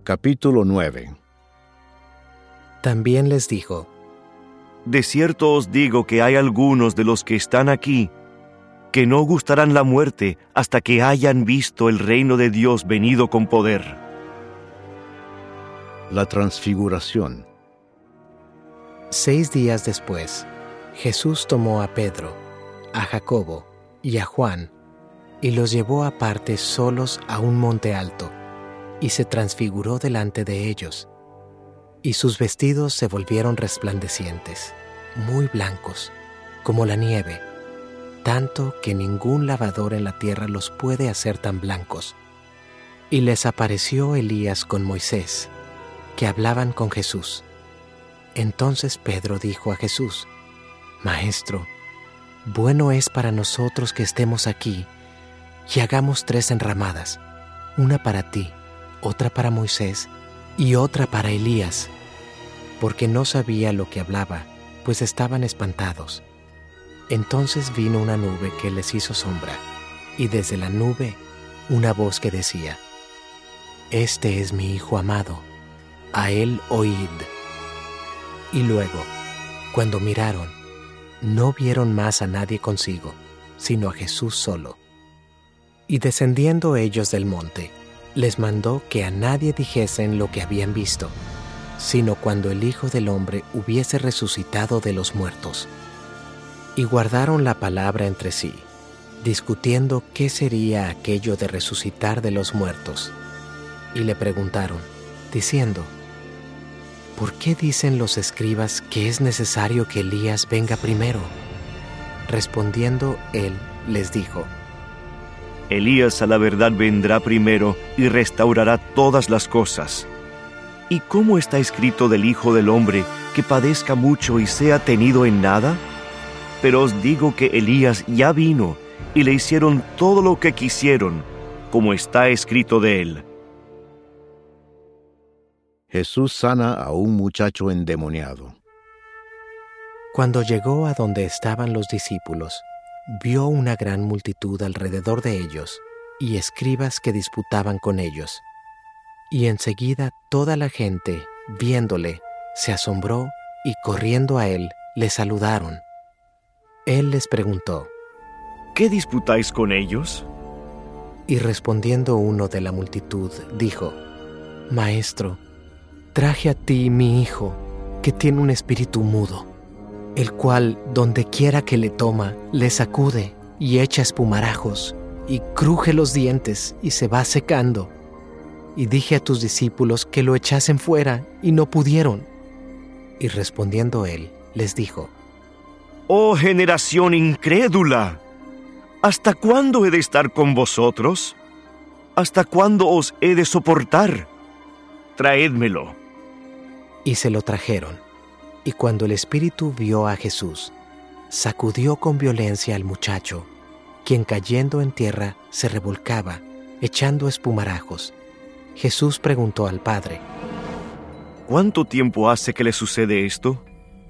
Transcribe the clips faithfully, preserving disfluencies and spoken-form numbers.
Capítulo nueve. También les dijo: De cierto os digo que hay algunos de los que están aquí que no gustarán la muerte hasta que hayan visto el reino de Dios venido con poder. La transfiguración. Seis días después, Jesús tomó a Pedro, a Jacobo y a Juan, y los llevó aparte solos a un monte alto, y se transfiguró delante de ellos. Y sus vestidos se volvieron resplandecientes, muy blancos, como la nieve, tanto que ningún lavador en la tierra los puede hacer tan blancos. Y les apareció Elías con Moisés, que hablaban con Jesús. Entonces Pedro dijo a Jesús: Maestro, bueno es para nosotros que estemos aquí, y hagamos tres enramadas, una para ti, otra para Moisés y otra para Elías, porque no sabía lo que hablaba, pues estaban espantados. Entonces vino una nube que les hizo sombra, y desde la nube una voz que decía: Este es mi Hijo amado, a él oíd. Y luego, cuando miraron, no vieron más a nadie consigo, sino a Jesús solo. Y descendiendo ellos del monte, les mandó que a nadie dijesen lo que habían visto, sino cuando el Hijo del Hombre hubiese resucitado de los muertos. Y guardaron la palabra entre sí, discutiendo qué sería aquello de resucitar de los muertos. Y le preguntaron, diciendo: ¿Por qué dicen los escribas que es necesario que Elías venga primero? Respondiendo él, les dijo: Elías a la verdad vendrá primero y restaurará todas las cosas. ¿Y cómo está escrito del Hijo del Hombre que padezca mucho y sea tenido en nada? Pero os digo que Elías ya vino y le hicieron todo lo que quisieron, como está escrito de él. Jesús sana a un muchacho endemoniado. Cuando llegó a donde estaban los discípulos, vio una gran multitud alrededor de ellos y escribas que disputaban con ellos. Y enseguida toda la gente, viéndole, se asombró y corriendo a él, le saludaron. Él les preguntó: ¿Qué disputáis con ellos? Y respondiendo uno de la multitud, dijo: Maestro, traje a ti mi hijo, que tiene un espíritu mudo, el cual, donde quiera que le toma, le sacude y echa espumarajos, y cruje los dientes y se va secando. Y dije a tus discípulos que lo echasen fuera, y no pudieron. Y respondiendo él, les dijo: ¡Oh generación incrédula! ¿Hasta cuándo he de estar con vosotros? ¿Hasta cuándo os he de soportar? Traédmelo. Y se lo trajeron. Y cuando el espíritu vio a Jesús, sacudió con violencia al muchacho, quien cayendo en tierra se revolcaba, echando espumarajos. Jesús preguntó al padre: ¿Cuánto tiempo hace que le sucede esto?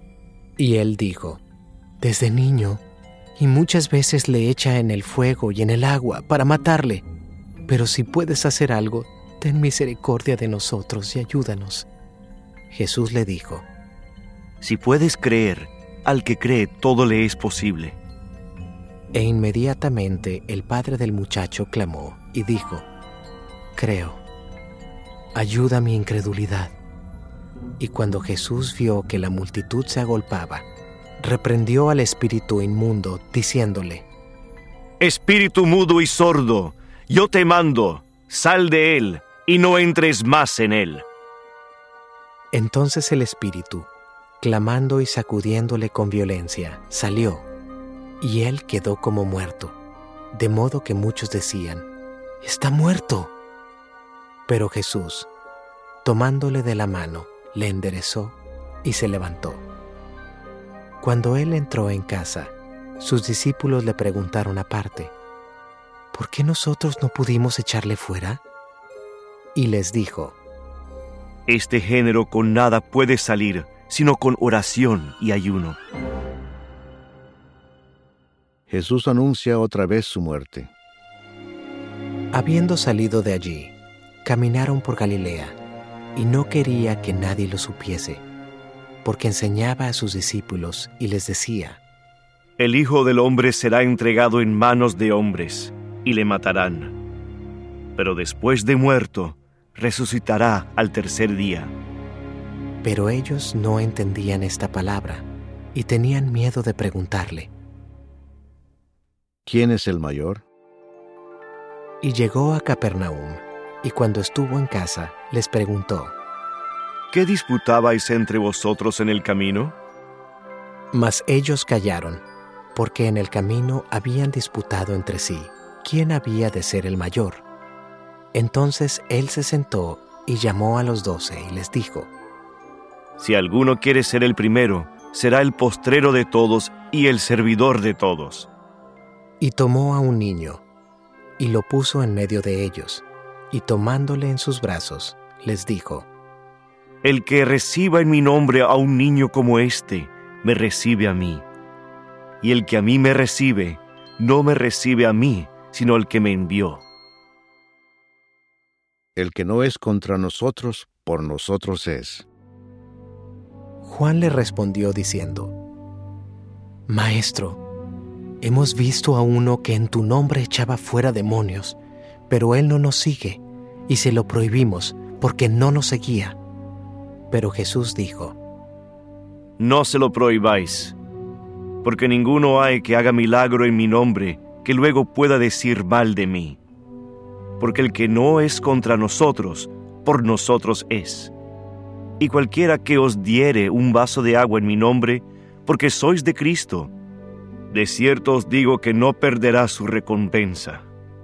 Y él dijo: Desde niño, y muchas veces le echa en el fuego y en el agua para matarle. Pero si puedes hacer algo, ten misericordia de nosotros y ayúdanos. Jesús le dijo: Si puedes creer, al que cree todo le es posible. E inmediatamente el padre del muchacho clamó y dijo: Creo, ayuda mi incredulidad. Y cuando Jesús vio que la multitud se agolpaba, reprendió al espíritu inmundo, diciéndole: Espíritu mudo y sordo, yo te mando, sal de él y no entres más en él. Entonces el espíritu, clamando y sacudiéndole con violencia, salió, y él quedó como muerto, de modo que muchos decían: ¡Está muerto! Pero Jesús, tomándole de la mano, le enderezó y se levantó. Cuando él entró en casa, sus discípulos le preguntaron aparte: ¿Por qué nosotros no pudimos echarle fuera? Y les dijo: Este género con nada puede salir, sino con oración y ayuno. Jesús anuncia otra vez su muerte. Habiendo salido de allí, caminaron por Galilea, y no quería que nadie lo supiese, porque enseñaba a sus discípulos y les decía: El Hijo del Hombre será entregado en manos de hombres, y le matarán. Pero después de muerto, resucitará al tercer día. Pero ellos no entendían esta palabra, y tenían miedo de preguntarle. ¿Quién es el mayor? Y llegó a Capernaum, y cuando estuvo en casa, les preguntó: ¿Qué disputabais entre vosotros en el camino? Mas ellos callaron, porque en el camino habían disputado entre sí quién había de ser el mayor. Entonces él se sentó y llamó a los doce y les dijo: Si alguno quiere ser el primero, será el postrero de todos y el servidor de todos. Y tomó a un niño, y lo puso en medio de ellos, y tomándole en sus brazos, les dijo: El que reciba en mi nombre a un niño como este, me recibe a mí. Y el que a mí me recibe, no me recibe a mí, sino al que me envió. El que no es contra nosotros, por nosotros es. Juan le respondió diciendo: Maestro, hemos visto a uno que en tu nombre echaba fuera demonios, pero él no nos sigue, y se lo prohibimos, porque no nos seguía. Pero Jesús dijo: No se lo prohibáis, porque ninguno hay que haga milagro en mi nombre, que luego pueda decir mal de mí. Porque el que no es contra nosotros, por nosotros es. Y cualquiera que os diere un vaso de agua en mi nombre, porque sois de Cristo, de cierto os digo que no perderá su recompensa.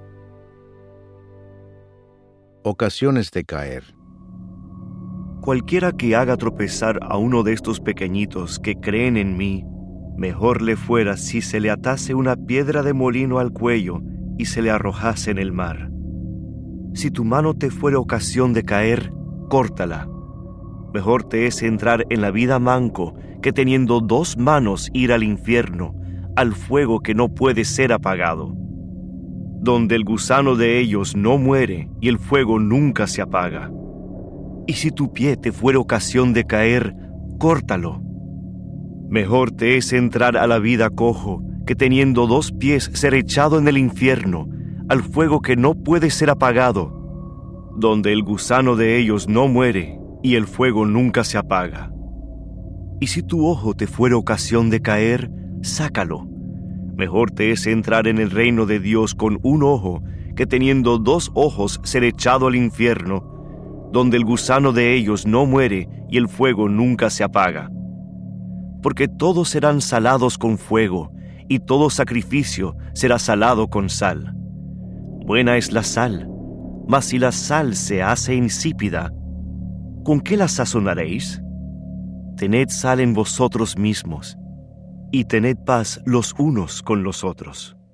Ocasiones de caer. Cualquiera que haga tropezar a uno de estos pequeñitos que creen en mí, mejor le fuera si se le atase una piedra de molino al cuello y se le arrojase en el mar. Si tu mano te fuera ocasión de caer, córtala. Mejor te es entrar en la vida manco que teniendo dos manos ir al infierno, al fuego que no puede ser apagado, donde el gusano de ellos no muere y el fuego nunca se apaga. Y si tu pie te fuera ocasión de caer, córtalo. Mejor te es entrar a la vida cojo que teniendo dos pies ser echado en el infierno, al fuego que no puede ser apagado, donde el gusano de ellos no muere y el fuego nunca se apaga. Y si tu ojo te fuera ocasión de caer, sácalo. Mejor te es entrar en el reino de Dios con un ojo que teniendo dos ojos ser echado al infierno, donde el gusano de ellos no muere y el fuego nunca se apaga. Porque todos serán salados con fuego, y todo sacrificio será salado con sal. Buena es la sal, mas si la sal se hace insípida, ¿con qué la sazonaréis? Tened sal en vosotros mismos, y tened paz los unos con los otros.